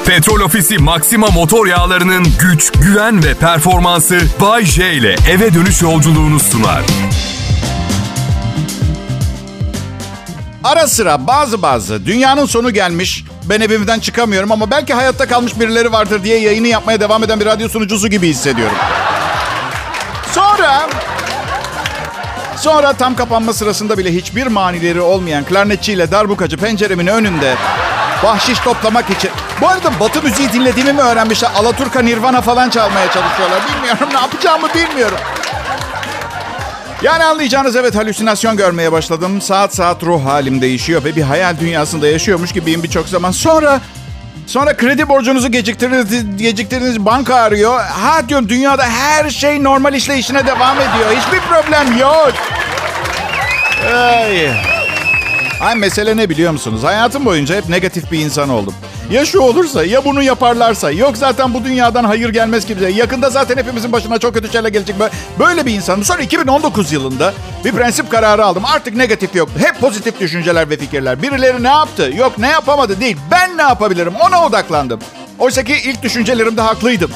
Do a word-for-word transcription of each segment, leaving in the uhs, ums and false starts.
Petrol Ofisi Maxima motor yağlarının güç, güven ve performansı Bay J ile eve dönüş yolculuğunu sunar. Ara sıra bazı bazı dünyanın sonu gelmiş, ben evimden çıkamıyorum ama belki hayatta kalmış birileri vardır diye yayını yapmaya devam eden bir radyo sunucusu gibi hissediyorum. Sonra... Sonra tam kapanma sırasında bile hiçbir manileri olmayan klarnetçiyle darbukacı penceremin önünde bahşiş toplamak için... Bu arada Batı müziği dinlediğimi mi öğrenmişler? Alaturka, Nirvana falan çalmaya çalışıyorlar. Bilmiyorum, ne yapacağımı bilmiyorum. Yani anlayacağınız, evet, halüsinasyon görmeye başladım. Saat saat ruh halim değişiyor ve bir hayal dünyasında yaşıyormuş gibiyim birçok zaman. Sonra sonra kredi borcunuzu geciktirdiğiniz, geciktirdiğiniz banka arıyor. Ha diyorum, dünyada her şey normal işleyişine devam ediyor. Hiçbir problem yok. Ay. Ay mesele ne biliyor musunuz? Hayatım boyunca hep negatif bir insan oldum. Ya şu olursa, ya bunu yaparlarsa, yok zaten bu dünyadan hayır gelmez kimseye. Yakında zaten hepimizin başına çok kötü şeyler gelecek. Böyle bir insanım. Sonra iki bin on dokuz yılında bir prensip kararı aldım. Artık negatif yok. Hep pozitif düşünceler ve fikirler. Birileri ne yaptı? Yok ne yapamadı değil. Ben ne yapabilirim? Ona odaklandım. Oysa ki ilk düşüncelerimde haklıydım.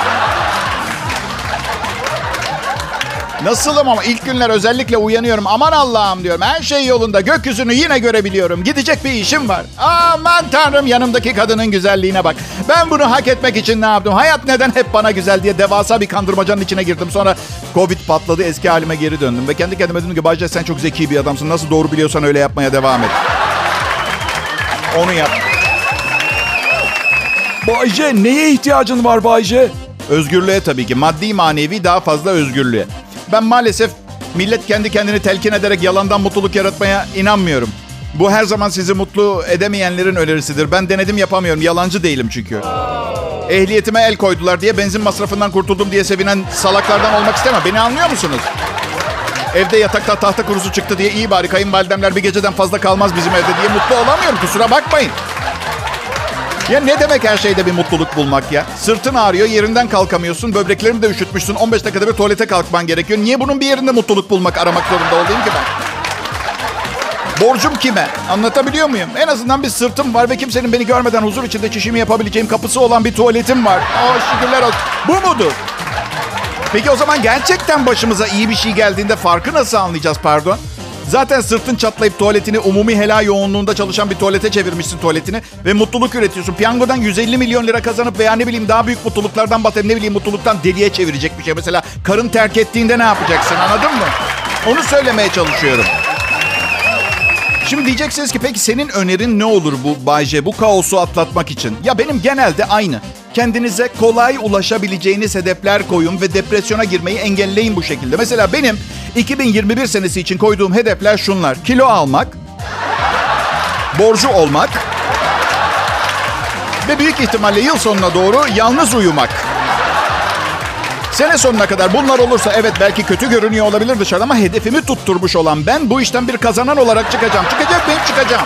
Nasılım ama ilk günler özellikle uyanıyorum. Aman Allah'ım diyorum. Her şey yolunda. Gökyüzünü yine görebiliyorum. Gidecek bir işim var. Aman Tanrım, yanımdaki kadının güzelliğine bak. Ben bunu hak etmek için ne yaptım? Hayat neden hep bana güzel diye devasa bir kandırmacanın içine girdim. Sonra Covid patladı. Eski halime geri döndüm. Ve kendi kendime dedim ki Bayce, sen çok zeki bir adamsın. Nasıl doğru biliyorsan öyle yapmaya devam et. Onu yap. Bayce, neye ihtiyacın var Bayce? Özgürlüğe tabii ki. Maddi manevi daha fazla özgürlüğe. Ben maalesef millet kendi kendini telkin ederek yalandan mutluluk yaratmaya inanmıyorum. Bu her zaman sizi mutlu edemeyenlerin önerisidir. Ben denedim, yapamıyorum. Yalancı değilim çünkü. Ehliyetime el koydular diye benzin masrafından kurtuldum diye sevinen salaklardan olmak istemem. Beni anlıyor musunuz? Evde yatakta tahta kurusu çıktı diye iyi bari kayınvalidemler bir geceden fazla kalmaz bizim evde diye mutlu olamıyorum. Kusura bakmayın. Ya ne demek her şeyde bir mutluluk bulmak ya? Sırtın ağrıyor, yerinden kalkamıyorsun, böbreklerini de üşütmüşsün, on beş dakikada bir tuvalete kalkman gerekiyor. Niye bunun bir yerinde mutluluk bulmak, aramak zorunda olayım ki ben? Borcum kime? Anlatabiliyor muyum? En azından bir sırtım var ve kimsenin beni görmeden huzur içinde çişimi yapabileceğim kapısı olan bir tuvaletim var. Aa, şükürler olsun. Bu mudur? Peki o zaman gerçekten başımıza iyi bir şey geldiğinde farkı nasıl anlayacağız, pardon? Zaten sırtın çatlayıp tuvaletini umumi helal yoğunluğunda çalışan bir tuvalete çevirmişsin tuvaletini ve mutluluk üretiyorsun. Piyangodan yüz elli milyon lira kazanıp veya ne bileyim daha büyük mutluluklardan bahsedip ne bileyim mutluluktan deliye çevirecek bir şey. Mesela karın terk ettiğinde ne yapacaksın, anladın mı? Onu söylemeye çalışıyorum. Şimdi diyeceksiniz ki peki senin önerin ne olur bu Bay J, bu kaosu atlatmak için? Ya benim genelde aynı. Kendinize kolay ulaşabileceğiniz hedefler koyun ve depresyona girmeyi engelleyin bu şekilde. Mesela benim iki bin yirmi bir senesi için koyduğum hedefler şunlar. Kilo almak, borcu olmak ve büyük ihtimalle yıl sonuna doğru yalnız uyumak. Sene sonuna kadar bunlar olursa evet belki kötü görünüyor olabilir dışarıda ama hedefimi tutturmuş olan ben bu işten bir kazanan olarak çıkacağım. Çıkacak ben çıkacağım.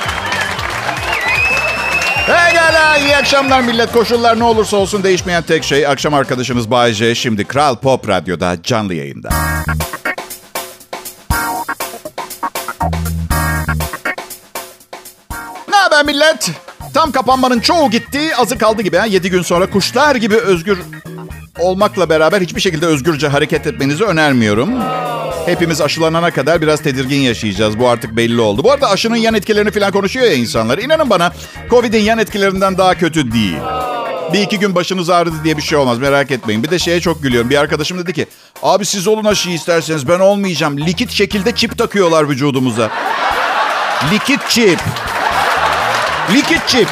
Pekala, iyi akşamlar millet. Koşullar ne olursa olsun değişmeyen tek şey akşam arkadaşınız Bay J şimdi Kral Pop Radyo'da canlı yayında. Ne haber millet? Tam kapanmanın çoğu gitti, azı kaldı gibi. Ha? yedi gün sonra kuşlar gibi özgür olmakla beraber hiçbir şekilde özgürce hareket etmenizi önermiyorum. Hepimiz aşılanana kadar biraz tedirgin yaşayacağız. Bu artık belli oldu. Bu arada aşının yan etkilerini falan konuşuyor ya insanlar. İnanın bana Covid'in yan etkilerinden daha kötü değil. Bir iki gün başınız ağrıdı diye bir şey olmaz, merak etmeyin. Bir de şeye çok gülüyorum. Bir arkadaşım dedi ki abi siz olun aşıyı isterseniz, ben olmayacağım. Likit şekilde çip takıyorlar vücudumuza. Likit çip. Likit çip.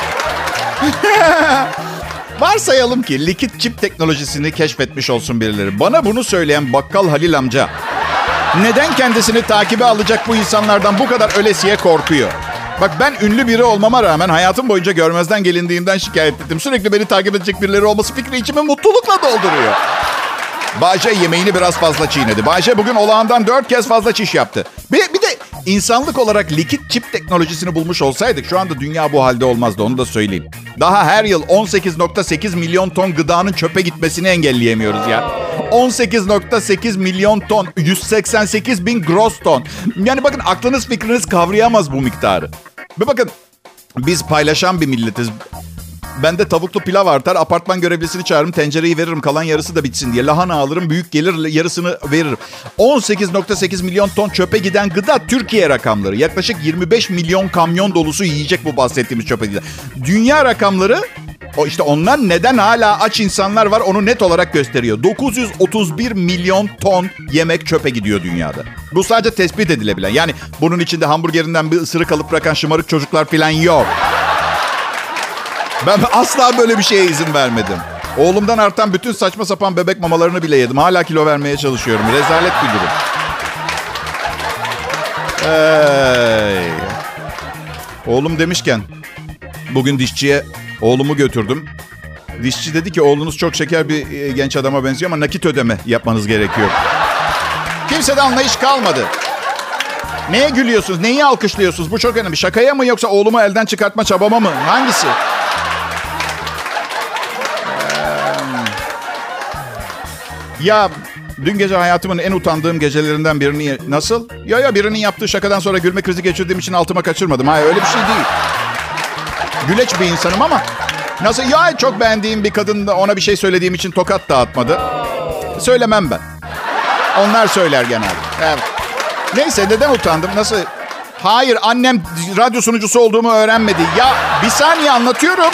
Varsayalım ki likit çip teknolojisini keşfetmiş olsun birileri. Bana bunu söyleyen bakkal Halil amca neden kendisini takibe alacak bu insanlardan bu kadar ölesiye korkuyor? Bak ben ünlü biri olmama rağmen hayatım boyunca görmezden gelindiğimden şikayet ettim. Sürekli beni takip edecek birileri olması fikri içimi mutlulukla dolduruyor. Bayce yemeğini biraz fazla çiğnedi. Bayce bugün olağandan dört kez fazla çiş yaptı. Bir, bir de insanlık olarak likit çip teknolojisini bulmuş olsaydık şu anda dünya bu halde olmazdı, onu da söyleyeyim. Daha her yıl on sekiz virgül sekiz milyon ton gıdanın çöpe gitmesini engelleyemiyoruz ya. on sekiz virgül sekiz milyon ton, yüz seksen sekiz bin gross ton. Yani bakın aklınız fikriniz kavrayamaz bu miktarı. Ve bakın biz paylaşan bir milletiz. Ben de tavuklu pilav artar. Apartman görevlisini çağırırım. Tencereyi veririm. Kalan yarısı da bitsin diye. Lahana alırım. Büyük gelir yarısını veririm. on sekiz virgül sekiz milyon ton çöpe giden gıda Türkiye rakamları. Yaklaşık yirmi beş milyon kamyon dolusu yiyecek bu bahsettiğimiz çöpe giden. Dünya rakamları, o işte onlar neden hala aç insanlar var onu net olarak gösteriyor. dokuz yüz otuz bir milyon ton yemek çöpe gidiyor dünyada. Bu sadece tespit edilebilen. Yani bunun içinde hamburgerinden bir ısırık alıp bırakan şımarık çocuklar falan yok. Ben asla böyle bir şeye izin vermedim. Oğlumdan artan bütün saçma sapan bebek mamalarını bile yedim. Hala kilo vermeye çalışıyorum. Rezalet bir durum. Hey. Oğlum demişken bugün dişçiye oğlumu götürdüm. Dişçi dedi ki oğlunuz çok şeker bir genç adama benziyor ama nakit ödeme yapmanız gerekiyor. Kimsede anlayış kalmadı. Neye gülüyorsunuz? Neyi alkışlıyorsunuz? Bu çok önemli. Şakaya mı yoksa oğlumu elden çıkartma çabama mı? Hangisi? Ya dün gece hayatımın en utandığım gecelerinden birini... Nasıl? Ya ya birinin yaptığı şakadan sonra gülme krizi geçirdiğim için altıma kaçırmadım. Hayır öyle bir şey değil. Güleç bir insanım ama... Nasıl? Ya çok beğendiğim bir kadın da ona bir şey söylediğim için tokat dağıtmadı. Söylemem ben. Onlar söyler genelde. Evet. Neyse neden utandım? Nasıl? Hayır annem radyo sunucusu olduğumu öğrenmedi. Ya bir saniye anlatıyorum.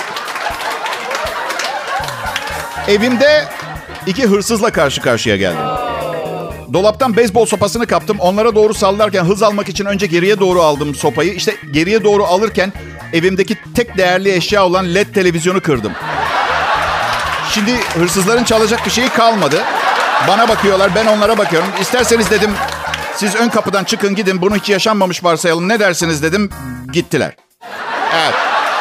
Evimde iki hırsızla karşı karşıya geldim. Dolaptan beyzbol sopasını kaptım. Onlara doğru sallarken hız almak için önce geriye doğru aldım sopayı. İşte geriye doğru alırken evimdeki tek değerli eşya olan led televizyonu kırdım. Şimdi hırsızların çalacak bir şeyi kalmadı. Bana bakıyorlar, ben onlara bakıyorum. İsterseniz dedim, siz ön kapıdan çıkın gidin. Bunu hiç yaşanmamış varsayalım. Ne dersiniz dedim. Gittiler. Evet.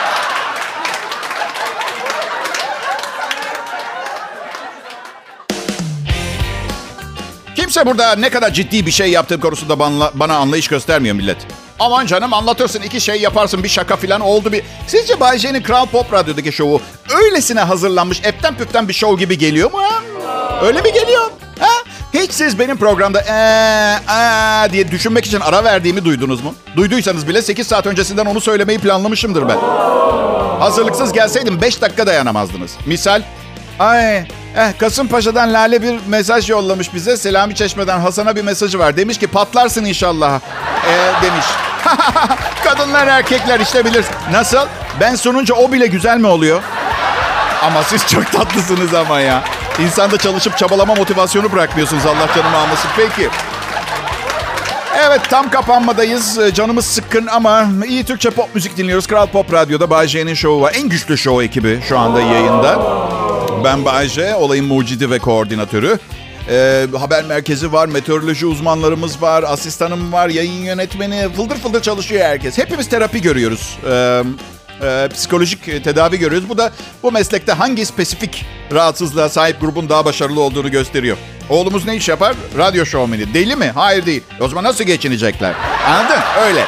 Kimse burada ne kadar ciddi bir şey yaptığım konusunda bana, bana anlayış göstermiyor millet. Aman canım anlatırsın, iki şey yaparsın, bir şaka falan oldu bir... Sizce Bay J'nin Kral Pop Radyo'daki şovu öylesine hazırlanmış, epten püften bir şov gibi geliyor mu? Ha? Öyle mi geliyor? Ha? Hiç siz benim programda ee, ee diye düşünmek için ara verdiğimi duydunuz mu? Duyduysanız bile sekiz saat öncesinden onu söylemeyi planlamışımdır ben. Hazırlıksız gelseydim beş dakika dayanamazdınız. Misal, ay... Eh, Kasımpaşa'dan Lale bir mesaj yollamış bize. Selami Çeşme'den Hasan'a bir mesajı var. Demiş ki patlarsın inşallah. Ee, demiş. Kadınlar erkekler işte bilir. Nasıl? Ben sununca o bile güzel mi oluyor? Ama siz çok tatlısınız ama ya. İnsanda çalışıp çabalama motivasyonu bırakmıyorsunuz. Allah canımı almasın. Peki. Evet tam kapanmadayız. Canımız sıkkın ama iyi Türkçe pop müzik dinliyoruz. Kral Pop Radyo'da Bay J'nin şovu var. En güçlü şov ekibi şu anda yayında. Ben Bay J, olayın mucidi ve koordinatörü. Ee, haber merkezi var, meteoroloji uzmanlarımız var, asistanım var, yayın yönetmeni. Fıldır fıldır çalışıyor herkes. Hepimiz terapi görüyoruz. Ee, e, psikolojik tedavi görüyoruz. Bu da bu meslekte hangi spesifik rahatsızlığa sahip grubun daha başarılı olduğunu gösteriyor. Oğlumuz ne iş yapar? Radyo şovmeni. Deli mi? Hayır değil. O zaman nasıl geçinecekler? Anladın? Öyle.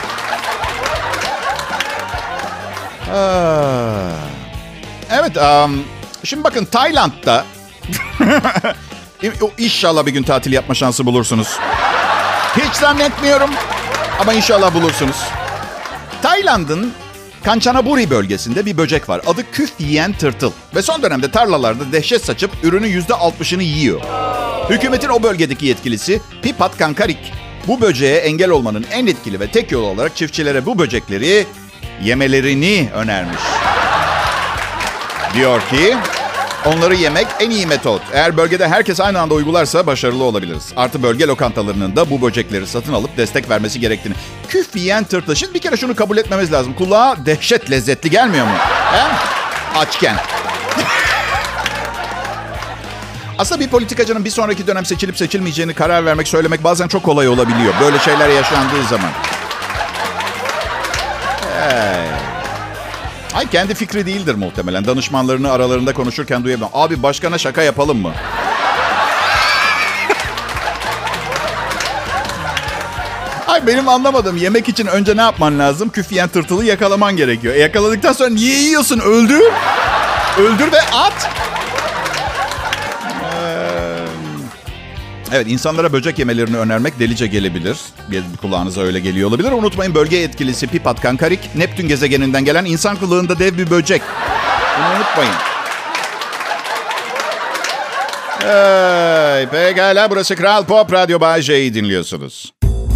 Ah. Evet, um, şimdi bakın Tayland'da inşallah bir gün tatil yapma şansı bulursunuz. Hiç zannetmiyorum ama inşallah bulursunuz. Tayland'ın Kanchanaburi bölgesinde bir böcek var. Adı küf yiyen tırtıl. Ve son dönemde tarlalarda dehşet saçıp ürünün yüzde altmışını yiyor. Hükümetin o bölgedeki yetkilisi Pipat Kankarik bu böceğe engel olmanın en etkili ve tek yolu olarak çiftçilere bu böcekleri yemelerini önermiş. Diyor ki onları yemek en iyi metot. Eğer bölgede herkes aynı anda uygularsa başarılı olabiliriz. Artı bölge lokantalarının da bu böcekleri satın alıp destek vermesi gerektiğini. Küf yiyen tırtıl. Şimdi bir kere şunu kabul etmemiz lazım. Kulağa dehşet lezzetli gelmiyor mu? He? Açken. Aslında bir politikacının bir sonraki dönem seçilip seçilmeyeceğini karar vermek, söylemek bazen çok kolay olabiliyor. Böyle şeyler yaşandığı zaman. Hey. Ay kendi fikri değildir muhtemelen. Danışmanlarını aralarında konuşurken duyabilirim. Abi başkana şaka yapalım mı? Ay benim anlamadığım yemek için önce ne yapman lazım? Küf yiyen tırtılı yakalaman gerekiyor. E, yakaladıktan sonra niye yiyorsun? Öldür. Öldür ve at. Evet, insanlara böcek yemelerini önermek delice gelebilir. Kulağınıza öyle geliyor olabilir. Unutmayın bölge yetkilisi Pipat Kankarik, Neptün gezegeninden gelen insan kılığında dev bir böcek. Bunu unutmayın. Hey, pekala, burası Kral Pop Radyo, Bay J'yi dinliyorsunuz.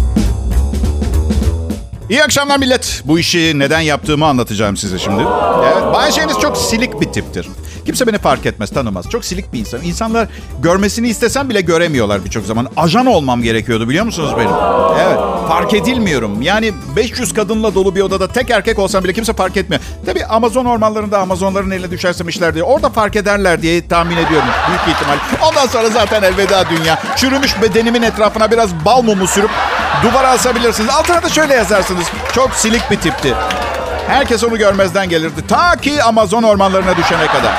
İyi akşamlar millet. Bu işi neden yaptığımı anlatacağım size şimdi. Evet, Bay J'niz çok silik bir tiptir. Kimse beni fark etmez, tanımaz. Çok silik bir insan. İnsanlar görmesini istesem bile göremiyorlar birçok zaman. Ajan olmam gerekiyordu, biliyor musunuz benim? Evet, fark edilmiyorum. Yani beş yüz kadınla dolu bir odada tek erkek olsam bile kimse fark etmiyor. Tabii Amazon ormanlarında Amazonların eline düşersem işler diye. Orada fark ederler diye tahmin ediyorum. Büyük ihtimal. Ondan sonra zaten elveda dünya. Çürümüş bedenimin etrafına biraz bal mumu sürüp duvara asabilirsiniz. Altına da şöyle yazarsınız: çok silik bir tipti. Herkes onu görmezden gelirdi. Ta ki Amazon ormanlarına düşene kadar.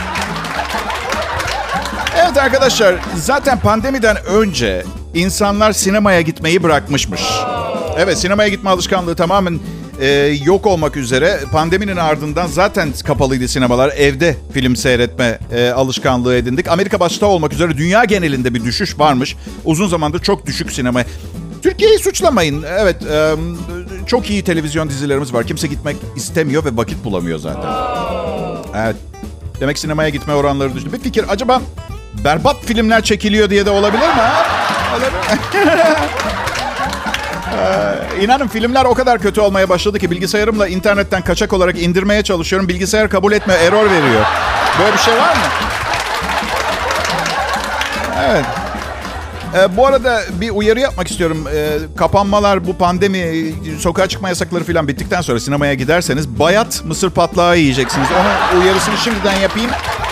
Evet arkadaşlar, zaten pandemiden önce insanlar sinemaya gitmeyi bırakmışmış. Evet, sinemaya gitme alışkanlığı tamamen e, yok olmak üzere. Pandeminin ardından zaten kapalıydı sinemalar. Evde film seyretme e, alışkanlığı edindik. Amerika başta olmak üzere dünya genelinde bir düşüş varmış. Uzun zamandır çok düşük sinema. Türkiye'yi suçlamayın. Evet, e, çok iyi televizyon dizilerimiz var. Kimse gitmek istemiyor ve vakit bulamıyor zaten. Evet. Demek sinemaya gitme oranları düştü. Bir fikir, acaba berbat filmler çekiliyor diye de olabilir mi? Ha? Olabilir. ee, inanın filmler o kadar kötü olmaya başladı ki bilgisayarımla internetten kaçak olarak indirmeye çalışıyorum. Bilgisayar kabul etmiyor, error veriyor. Böyle bir şey var mı? Evet. Ee, bu arada bir uyarı yapmak istiyorum. Ee, kapanmalar, bu pandemi, sokağa çıkma yasakları falan bittikten sonra sinemaya giderseniz bayat mısır patlağı yiyeceksiniz. Onun uyarısını şimdiden yapayım.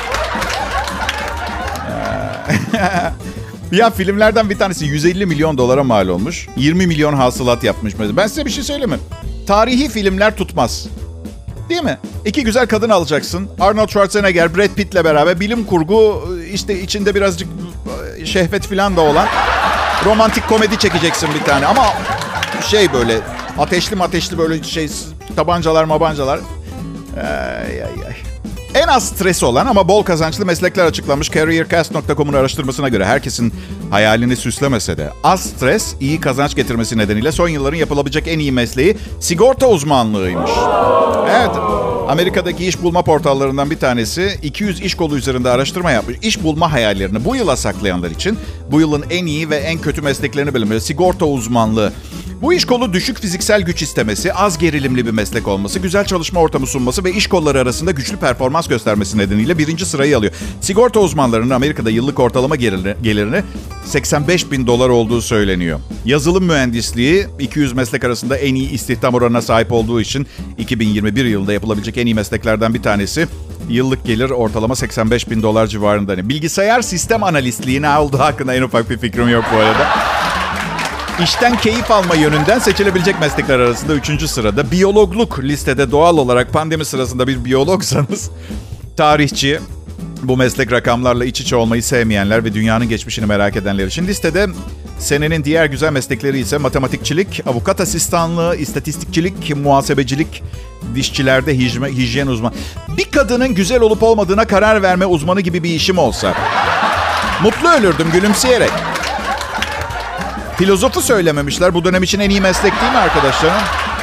Ya filmlerden bir tanesi yüz elli milyon dolara mal olmuş. yirmi milyon hasılat yapmış. Ben size bir şey söyleyeyim mi? Tarihi filmler tutmaz. Değil mi? İki güzel kadın alacaksın. Arnold Schwarzenegger, Brad Pitt'le beraber bilim kurgu, işte içinde birazcık şehvet falan da olan romantik komedi çekeceksin bir tane. Ama şey, böyle ateşli ateşli böyle şey, tabancalar mabancalar. Ay, ay, ay. En az stres olan ama bol kazançlı meslekler açıklanmış careercast nokta com'un araştırmasına göre herkesin hayalini süslemese de az stres, iyi kazanç getirmesi nedeniyle son yılların yapılabilecek en iyi mesleği sigorta uzmanlığıymış. Evet, Amerika'daki iş bulma portallarından bir tanesi iki yüz iş kolu üzerinde araştırma yapmış. İş bulma hayallerini bu yıla saklayanlar için bu yılın en iyi ve en kötü mesleklerini belirliyor. Sigorta uzmanlığı. Bu iş kolu düşük fiziksel güç istemesi, az gerilimli bir meslek olması, güzel çalışma ortamı sunması ve iş kolları arasında güçlü performans göstermesi nedeniyle birinci sırayı alıyor. Sigorta uzmanlarının Amerika'da yıllık ortalama gelirini, gelirini seksen beş bin dolar olduğu söyleniyor. Yazılım mühendisliği iki yüz meslek arasında en iyi istihdam oranına sahip olduğu için iki bin yirmi bir yılında yapılabilecek en iyi mesleklerden bir tanesi. Yıllık gelir ortalama seksen beş bin dolar civarında. Bilgisayar sistem analistliği ne olduğu hakkında en ufak bir fikrim yok bu arada. İşten keyif alma yönünden seçilebilecek meslekler arasında üçüncü sırada. Biyologluk listede doğal olarak pandemi sırasında bir biyologsanız. Tarihçi, bu meslek rakamlarla iç içe olmayı sevmeyenler ve dünyanın geçmişini merak edenler için. Listede senenin diğer güzel meslekleri ise matematikçilik, avukat asistanlığı, istatistikçilik, muhasebecilik, dişçilerde hijme, hijyen uzmanı. Bir kadının güzel olup olmadığına karar verme uzmanı gibi bir işim olsa mutlu ölürdüm gülümseyerek. Filozofu söylememişler. Bu dönem için en iyi meslek değil mi arkadaşlarım?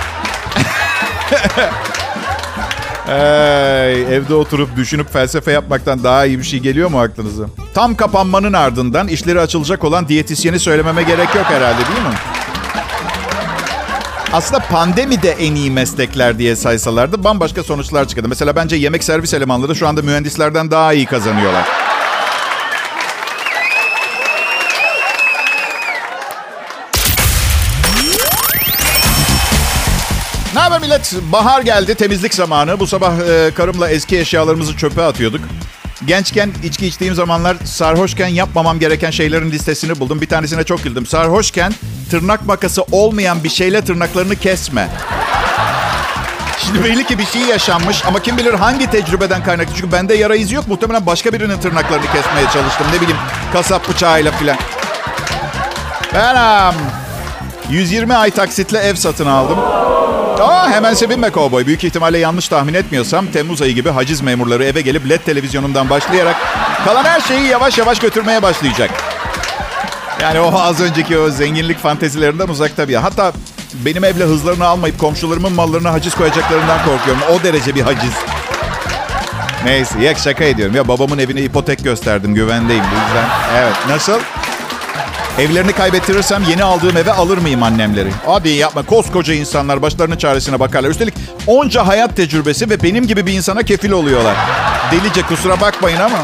Hey, evde oturup düşünüp felsefe yapmaktan daha iyi bir şey geliyor mu aklınıza? Tam kapanmanın ardından işleri açılacak olan diyetisyeni söylememe gerek yok herhalde, değil mi? Aslında pandemi de en iyi meslekler diye saysalardı bambaşka sonuçlar çıkardı. Mesela bence yemek servis elemanları şu anda mühendislerden daha iyi kazanıyorlar. Ne haber millet? Bahar geldi, temizlik zamanı. Bu sabah e, karımla eski eşyalarımızı çöpe atıyorduk. Gençken, içki içtiğim zamanlar sarhoşken yapmamam gereken şeylerin listesini buldum. Bir tanesine çok güldüm. Sarhoşken tırnak makası olmayan bir şeyle tırnaklarını kesme. Şimdi belli ki bir şey yaşanmış ama kim bilir hangi tecrübeden kaynaklı. Çünkü bende yara izi yok. Muhtemelen başka birinin tırnaklarını kesmeye çalıştım. Ne bileyim, kasap bıçağıyla filan. Ben um, yüz yirmi ay taksitle ev satın aldım. Aa, hemen sevinme kovboy. Büyük ihtimalle yanlış tahmin etmiyorsam Temmuz ayı gibi haciz memurları eve gelip L E D televizyonundan başlayarak kalan her şeyi yavaş yavaş götürmeye başlayacak. Yani o az önceki o zenginlik fantezilerinden uzak tabii. Hatta benim evle hızlarını almayıp komşularımın mallarına haciz koyacaklarından korkuyorum. O derece bir haciz. Neyse, ya şaka ediyorum. Ya babamın evine ipotek gösterdim, güvendeyim. Bu yüzden evet. Nasıl? Evlerini kaybettirirsem yeni aldığım eve alır mıyım annemleri? Abi yapma, koskoca insanlar başlarının çaresine bakarlar. Üstelik onca hayat tecrübesi ve benim gibi bir insana kefil oluyorlar. Delice, kusura bakmayın ama.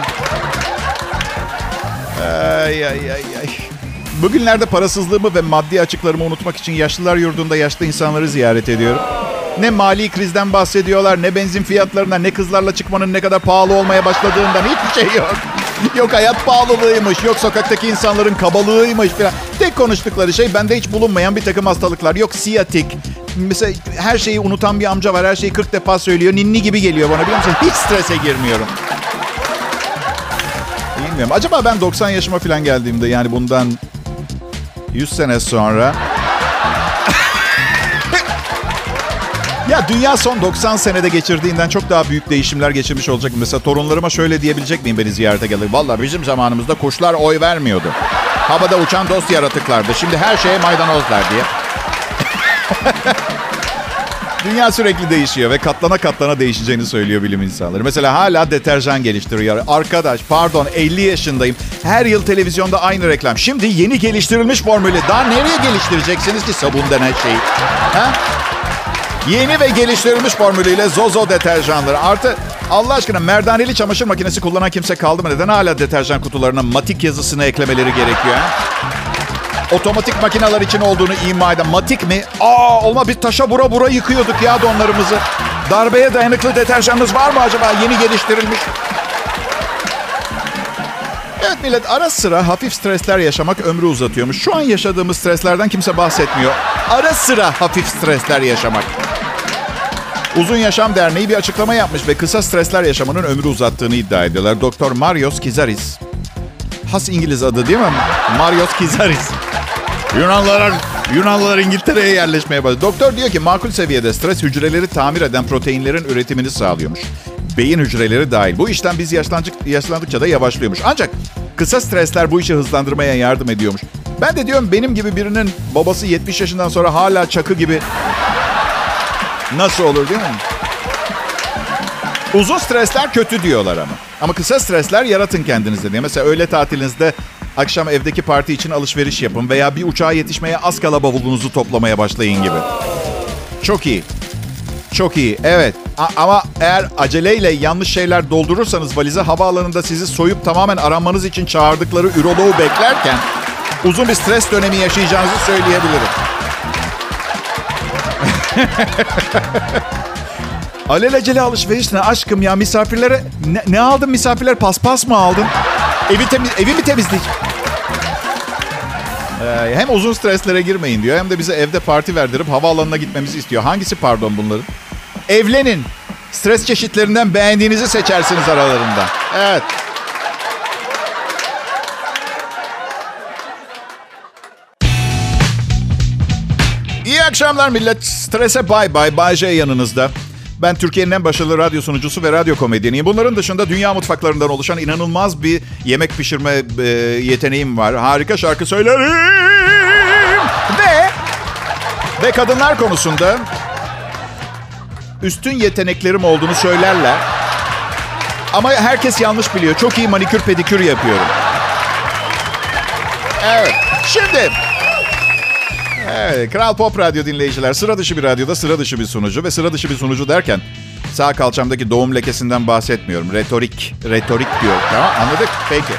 Ay ay ay ay. Bugünlerde parasızlığımı ve maddi açıklarımı unutmak için yaşlılar yurdunda yaşlı insanları ziyaret ediyorum. Ne mali krizden bahsediyorlar, ne benzin fiyatlarına, ne kızlarla çıkmanın ne kadar pahalı olmaya başladığından hiçbir şey yok. Yok hayat pahalılığıymış, yok sokaktaki insanların kabalığıymış falan. Tek konuştukları şey bende hiç bulunmayan bir takım hastalıklar. Yok siyatik. Mesela her şeyi unutan bir amca var, her şeyi kırk defa söylüyor. Ninni gibi geliyor bana, biliyor musun? Hiç strese girmiyorum. Bilmiyorum. Acaba ben doksan yaşıma falan geldiğimde, yani bundan yüz sene sonra... Ya dünya son doksan senede geçirdiğinden çok daha büyük değişimler geçirmiş olacak. Mesela torunlarıma şöyle diyebilecek miyim beni ziyarete gelir? Vallahi bizim zamanımızda kuşlar oy vermiyordu. Havada uçan dost yaratıklardı. Şimdi her şeye maydanozlar diye. Dünya sürekli değişiyor ve katlana katlana değişeceğini söylüyor bilim insanları. Mesela hala deterjan geliştiriyor. Arkadaş pardon, elli yaşındayım. Her yıl televizyonda aynı reklam. Şimdi yeni geliştirilmiş formülü. Daha nereye geliştireceksiniz ki sabun denen şeyi? Ha? Yeni ve geliştirilmiş formülüyle Zozo deterjanları. Artı Allah aşkına merdaneli çamaşır makinesi kullanan kimse kaldı mı? Neden hala deterjan kutularına matik yazısını eklemeleri gerekiyor? He? Otomatik makineler için olduğunu ima eden matik mi? Aa olma, bir taşa bura bura yıkıyorduk ya donlarımızı. Darbeye dayanıklı deterjanınız var mı acaba? Yeni geliştirilmiş. Evet millet, ara sıra hafif stresler yaşamak ömrü uzatıyormuş. Şu an yaşadığımız streslerden kimse bahsetmiyor. Ara sıra hafif stresler yaşamak. Uzun Yaşam Derneği bir açıklama yapmış ve kısa stresler yaşamanın ömrü uzattığını iddia ediyorlar. Doktor Marios Kizaris. Has İngiliz adı değil mi? Marios Kizaris. Yunanlılar, Yunanlılar İngiltere'ye yerleşmeye başladı. Doktor diyor ki makul seviyede stres hücreleri tamir eden proteinlerin üretimini sağlıyormuş. Beyin hücreleri dahil. Bu işten biz yaşlandık, yaşlandıkça da yavaşlıyormuş. Ancak kısa stresler bu işi hızlandırmaya yardım ediyormuş. Ben de diyorum benim gibi birinin babası yetmiş yaşından sonra hala çakı gibi nasıl olur değil mi? Uzun stresler kötü diyorlar ama. Ama kısa stresler yaratın kendinizde diye. Mesela öğle tatilinizde akşam evdeki parti için alışveriş yapın veya bir uçağa yetişmeye az kala bavulunuzu toplamaya başlayın gibi. Çok iyi. Çok iyi, evet. A- ama eğer aceleyle yanlış şeyler doldurursanız valize, havaalanında sizi soyup tamamen aranmanız için çağırdıkları üroloğu beklerken uzun bir stres dönemi yaşayacağınızı söyleyebilirim. Alelacele alışveriş ne aşkım ya, misafirlere ne, ne aldın, misafirler paspas mı aldın? Evi temiz, evi mi temizlik? Ee, hem uzun streslere girmeyin diyor, hem de bize evde parti verdirip havaalanına gitmemizi istiyor. Hangisi pardon bunların? Evlenin. Stres çeşitlerinden beğendiğinizi seçersiniz aralarında. Evet. İyi akşamlar millet. Strese bay bay. Bay J yanınızda. Ben Türkiye'nin en başarılı radyo sunucusu ve radyo komedyeniyim. Bunların dışında dünya mutfaklarından oluşan inanılmaz bir yemek pişirme e, yeteneğim var. Harika şarkı söylerim. Ve ve kadınlar konusunda üstün yeteneklerim olduğunu söylerler. Ama herkes yanlış biliyor. Çok iyi manikür pedikür yapıyorum. Evet. Şimdi evet, Kral Pop Radyo dinleyiciler, sıra dışı bir radyoda sıra dışı bir sunucu ve sıra dışı bir sunucu derken sağ kalçamdaki doğum lekesinden bahsetmiyorum. Retorik, retorik diyor. Tamam, anladık? Peki.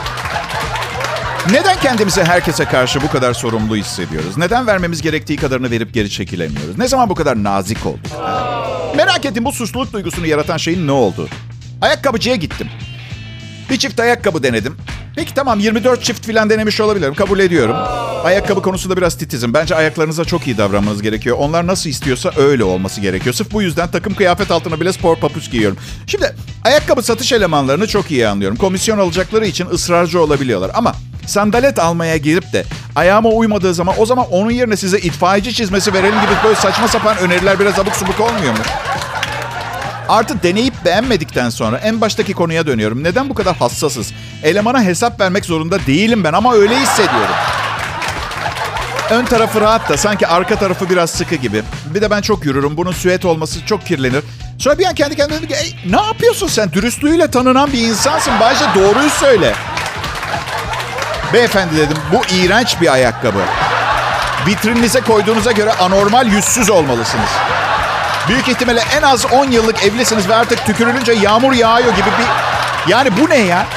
Neden kendimizi herkese karşı bu kadar sorumlu hissediyoruz? Neden vermemiz gerektiği kadarını verip geri çekilemiyoruz? Ne zaman bu kadar nazik olduk? Merak ettim, bu suçluluk duygusunu yaratan şeyin ne oldu? Ayakkabıcıya gittim. Bir çift ayakkabı denedim. Peki tamam, yirmi dört çift falan denemiş olabilirim. Kabul ediyorum. Ayakkabı konusunda biraz titizim. Bence ayaklarınıza çok iyi davranmanız gerekiyor. Onlar nasıl istiyorsa öyle olması gerekiyor. Sırf bu yüzden takım kıyafet altına bile spor papuç giyiyorum. Şimdi ayakkabı satış elemanlarını çok iyi anlıyorum. Komisyon alacakları için ısrarcı olabiliyorlar. Ama sandalet almaya girip de ayağıma uymadığı zaman, o zaman onun yerine size itfaiyeci çizmesi verelim gibi böyle saçma sapan öneriler biraz abuk subuk olmuyor mu? Artık deneyip beğenmedikten sonra en baştaki konuya dönüyorum. Neden bu kadar hassasız? Elemana hesap vermek zorunda değilim ben ama öyle hissediyorum. ön tarafı rahat da sanki arka tarafı biraz sıkı gibi. Bir de ben çok yürürüm. Bunun süet olması çok kirlenir. Sonra bir an kendi kendime dedim ki Ey, ne yapıyorsun sen? Dürüstlüğüyle tanınan bir insansın. Bayce doğruyu söyle. Beyefendi dedim, bu iğrenç bir ayakkabı. Vitrininize koyduğunuza göre anormal yüzsüz olmalısınız. Büyük ihtimalle en az on yıllık evlisiniz ve artık tükürülünce yağmur yağıyor gibi bir... Yani bu ne ya?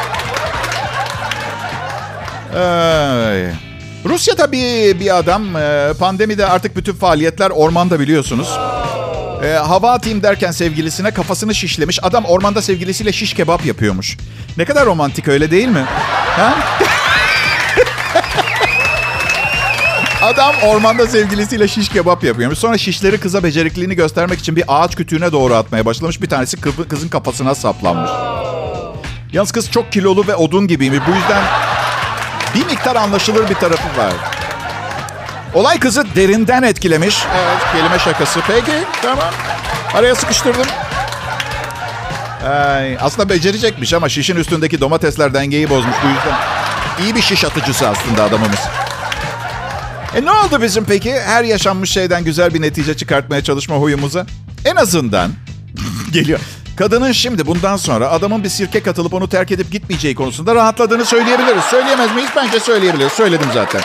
Ay. Rusya'da bir, bir adam pandemide artık bütün faaliyetler ormanda biliyorsunuz. E, hava atayım derken sevgilisine kafasını şişlemiş. Adam ormanda sevgilisiyle şiş kebap yapıyormuş. Ne kadar romantik, öyle değil mi? Ha? Adam ormanda sevgilisiyle şiş kebap yapıyormuş. Sonra şişleri kıza becerikliğini göstermek için bir ağaç kütüğüne doğru atmaya başlamış. Bir tanesi kızın kafasına saplanmış. Yalnız kız çok kilolu ve odun gibiymiş. Bu yüzden bir miktar anlaşılır bir tarafı var. Olay kızı derinden etkilemiş. Evet, kelime şakası. Peki, tamam. Araya sıkıştırdım. Ay, aslında becerecekmiş ama şişin üstündeki domatesler dengeyi bozmuş bu yüzden. İyi bir şiş atıcısı aslında adamımız. E ne oldu bizim peki? Her yaşanmış şeyden güzel bir netice çıkartmaya çalışma huyumuza. En azından geliyor. Kadının şimdi bundan sonra adamın bir sirke katılıp onu terk edip gitmeyeceği konusunda rahatladığını söyleyebiliriz. Söyleyemez miyiz? Bence söyleyebiliriz. Söyledim zaten.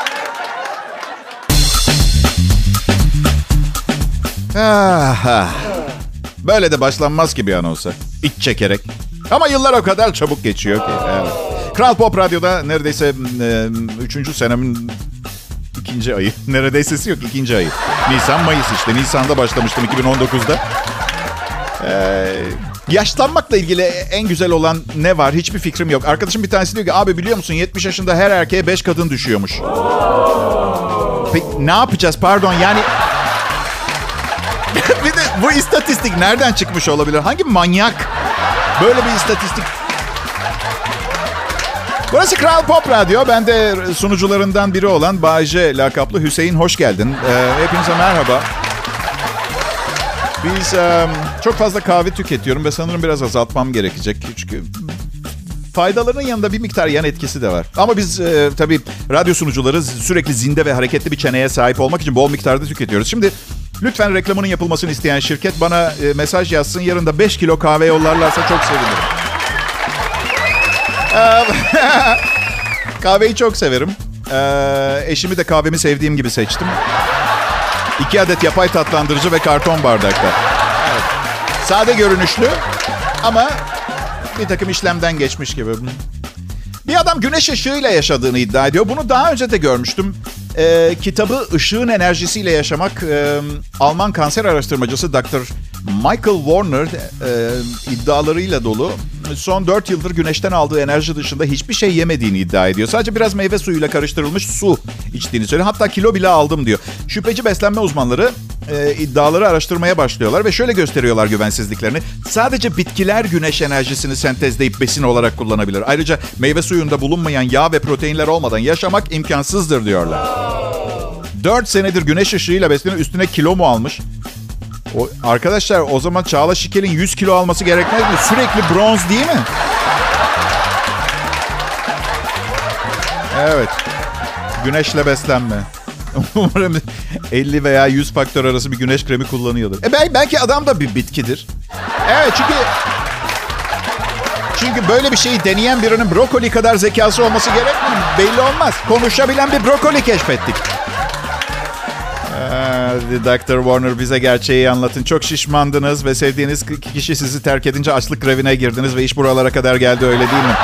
Ah, ah. Böyle de başlanmaz ki bir anonsa. İç çekerek. Ama yıllar o kadar çabuk geçiyor ki. Evet. Kral Pop Radyo'da neredeyse e, üçüncü senemin ikinci ayı. Neredeysesi yok, ikinci ayı. Nisan, Mayıs işte. Nisan'da başlamıştım iki bin on dokuzda. Ee, yaşlanmakla ilgili en güzel olan ne var? Hiçbir fikrim yok. Arkadaşım bir tanesi diyor ki abi biliyor musun yetmiş yaşında her erkeğe beş kadın düşüyormuş. Peki ne yapacağız? Pardon yani... Bir de bu istatistik nereden çıkmış olabilir? Hangi manyak böyle bir istatistik? Burası Kral Pop Radyo. Ben de sunucularından biri olan Bay J lakaplı Hüseyin. Hoş geldin. Ee, hepinize merhaba. Biz um, çok fazla kahve tüketiyorum ve sanırım biraz azaltmam gerekecek. Çünkü faydalarının yanında bir miktar yan etkisi de var. Ama biz e, tabii radyo sunucuları sürekli zinde ve hareketli bir çeneye sahip olmak için bol miktarda tüketiyoruz. Şimdi lütfen reklamının yapılmasını isteyen şirket bana e, mesaj yazsın. Yarın da beş kilo kahve yollarlarsa çok sevinirim. Kahveyi çok severim. Ee, eşimi de kahvemi sevdiğim gibi seçtim. İki adet yapay tatlandırıcı ve karton bardakta. Evet. Sade görünüşlü ama bir takım işlemden geçmiş gibi. Bir adam güneş ışığıyla yaşadığını iddia ediyor. Bunu daha önce de görmüştüm. Ee, kitabı Işığın Enerjisiyle Yaşamak, e, Alman kanser araştırmacısı doktor Michael Warner e, iddialarıyla dolu. Son dört yıldır güneşten aldığı enerji dışında hiçbir şey yemediğini iddia ediyor. Sadece biraz meyve suyuyla karıştırılmış su içtiğini söylüyor. Hatta kilo bile aldım diyor. Şüpheci beslenme uzmanları e, iddiaları araştırmaya başlıyorlar ve şöyle gösteriyorlar güvensizliklerini. Sadece bitkiler güneş enerjisini sentezleyip besin olarak kullanabilir. Ayrıca meyve suyunda bulunmayan yağ ve proteinler olmadan yaşamak imkansızdır diyorlar. dört senedir güneş ışığıyla besleniyor. Üstüne kilo mu almış? O, arkadaşlar o zaman Çağla Şikel'in yüz kilo alması gerekmez mi? Sürekli bronz değil mi? Evet. Güneşle beslenme. Umarım elli veya yüz faktör arası bir güneş kremi kullanıyordur. E belki adam da bir bitkidir. Evet çünkü... Çünkü böyle bir şeyi deneyen birinin brokoli kadar zekası olması gerekmiyor mu? Belli olmaz. Konuşabilen bir brokoli keşfettik. doktor Warner bize gerçeği anlatın. Çok şişmandınız ve sevdiğiniz kişi sizi terk edince açlık grevine girdiniz ve iş buralara kadar geldi, öyle değil mi?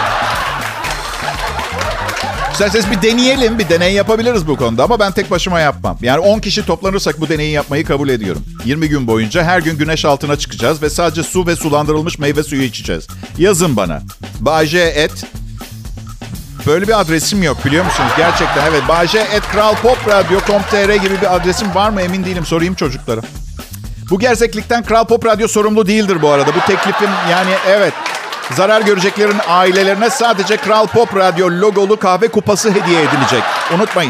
İsterseniz bir deneyelim, bir deney yapabiliriz bu konuda ama ben tek başıma yapmam. Yani on kişi toplanırsak bu deneyi yapmayı kabul ediyorum. yirmi gün boyunca her gün güneş altına çıkacağız ve sadece su ve sulandırılmış meyve suyu içeceğiz. Yazın bana. Bayce et. Böyle bir adresim yok biliyor musunuz? Gerçekten evet. bayce et kral pop radyo nokta com nokta tr gibi bir adresim var mı emin değilim. Sorayım çocuklara. Bu gerçeklikten Kral Pop Radyo sorumlu değildir bu arada. Bu teklifin yani evet zarar göreceklerin ailelerine sadece Kral Pop Radyo logolu kahve kupası hediye edilecek. Unutmayın.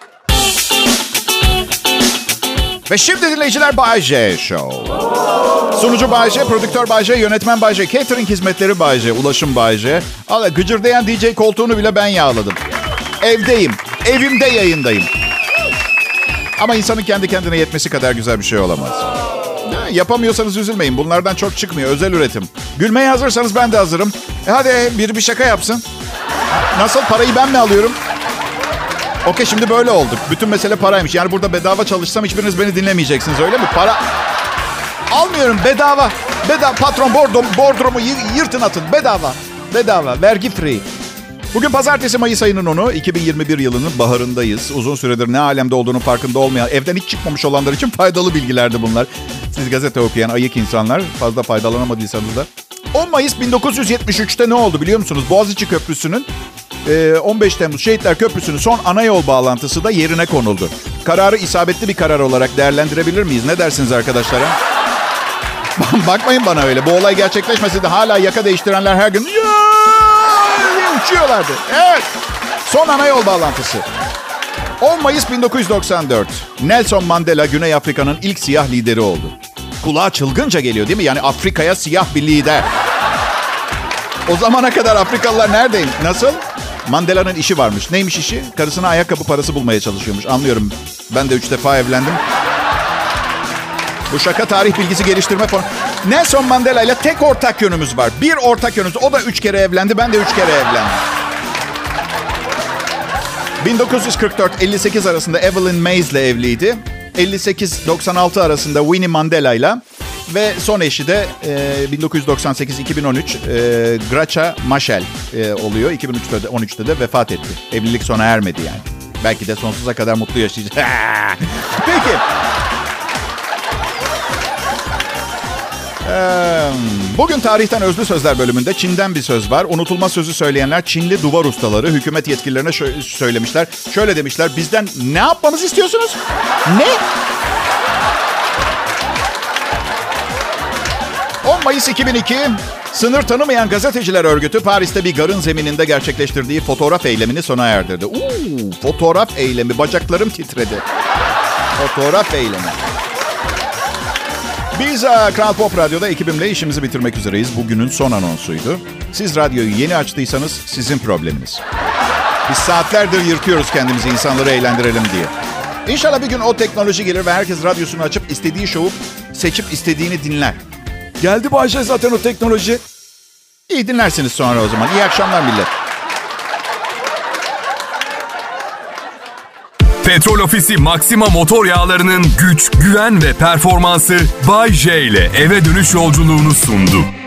Ve şimdi dinleyiciler Bay J Show. Sunucu Bay J, prodüktör Bay J, yönetmen Bay J, catering hizmetleri Bay J, ulaşım Bay J. Allah, gıcırdayan D J koltuğunu bile ben yağladım. Evdeyim, evimde yayındayım. Ama insanın kendi kendine yetmesi kadar güzel bir şey olamaz. Yapamıyorsanız üzülmeyin. Bunlardan çok çıkmıyor. Özel üretim. Gülmeye hazırsanız ben de hazırım. E hadi biri bir şaka yapsın. Nasıl? Parayı ben mi alıyorum? Okey, şimdi böyle olduk. Bütün mesele paraymış. Yani burada bedava çalışsam hiçbiriniz beni dinlemeyeceksiniz, öyle mi? Para... Almıyorum, bedava. Bedava. Patron bordrom, bordromu yırtın atın. Bedava. Bedava. Vergi free. Bugün pazartesi, Mayıs ayının onu. iki bin yirmi bir yılının baharındayız. Uzun süredir ne alemde olduğunu farkında olmayan, evden hiç çıkmamış olanlar için faydalı bilgilerdi bunlar. Siz gazete okuyan ayık insanlar, fazla faydalanamadıysanız da. on Mayıs bin dokuz yüz yetmiş üçte ne oldu biliyor musunuz? Boğaziçi Köprüsü'nün on beş Temmuz Şehitler Köprüsü'nün son ana yol bağlantısı da yerine konuldu. Kararı isabetli bir karar olarak değerlendirebilir miyiz? Ne dersiniz arkadaşlar? Bakmayın bana öyle. Bu olay gerçekleşmeseydi hala yaka değiştirenler her gün diye uçuyorlardı. Evet. Son ana yol bağlantısı. on Mayıs bin dokuz yüz doksan dört. Nelson Mandela Güney Afrika'nın ilk siyah lideri oldu. Kulağa çılgınca geliyor değil mi? Yani Afrika'ya siyah bir lider. O zamana kadar Afrikalılar neredeyim? Nasıl? Mandela'nın işi varmış. Neymiş işi? Karısına ayakkabı parası bulmaya çalışıyormuş. Anlıyorum. Ben de üç defa evlendim. Bu şaka tarih bilgisi geliştirme falan. Nelson Mandela ile tek ortak yönümüz var. Bir ortak yönümüz. O da üç kere evlendi. Ben de üç kere evlendim. bin dokuz yüz kırk dört elli sekiz arasında Evelyn Mays ile evliydi. elli sekiz doksan altı arasında Winnie Mandela ile ve son eşi de e, bin dokuz yüz doksan sekiz iki bin on üç e, Graça Machel e, oluyor. iki bin üçte de, on üçte de vefat etti. Evlilik sona ermedi yani. Belki de sonsuza kadar mutlu yaşayacak. Peki. Ee, bugün tarihten özlü sözler bölümünde Çin'den bir söz var. Unutulmaz sözü söyleyenler Çinli duvar ustaları hükümet yetkililerine şö- söylemişler. Şöyle demişler: bizden ne yapmamızı istiyorsunuz? Ne? on Mayıs iki bin iki, sınır tanımayan gazeteciler örgütü Paris'te bir garın zemininde gerçekleştirdiği fotoğraf eylemini sona erdirdi. Uuu, fotoğraf eylemi, bacaklarım titredi. Fotoğraf eylemi. Biz uh, Kral Pop Radyo'da ekibimle işimizi bitirmek üzereyiz. Bugünün son anonsuydu. Siz radyoyu yeni açtıysanız sizin probleminiz. Biz saatlerdir yırtıyoruz kendimizi insanları eğlendirelim diye. İnşallah bir gün o teknoloji gelir ve herkes radyosunu açıp istediği şovu seçip istediğini dinler. Geldi Bay J zaten o teknoloji. İyi, dinlersiniz sonra o zaman. İyi akşamlar millet. Petrol Ofisi Maxima motor yağlarının güç, güven ve performansı Bay J ile eve dönüş yolculuğunu sundu.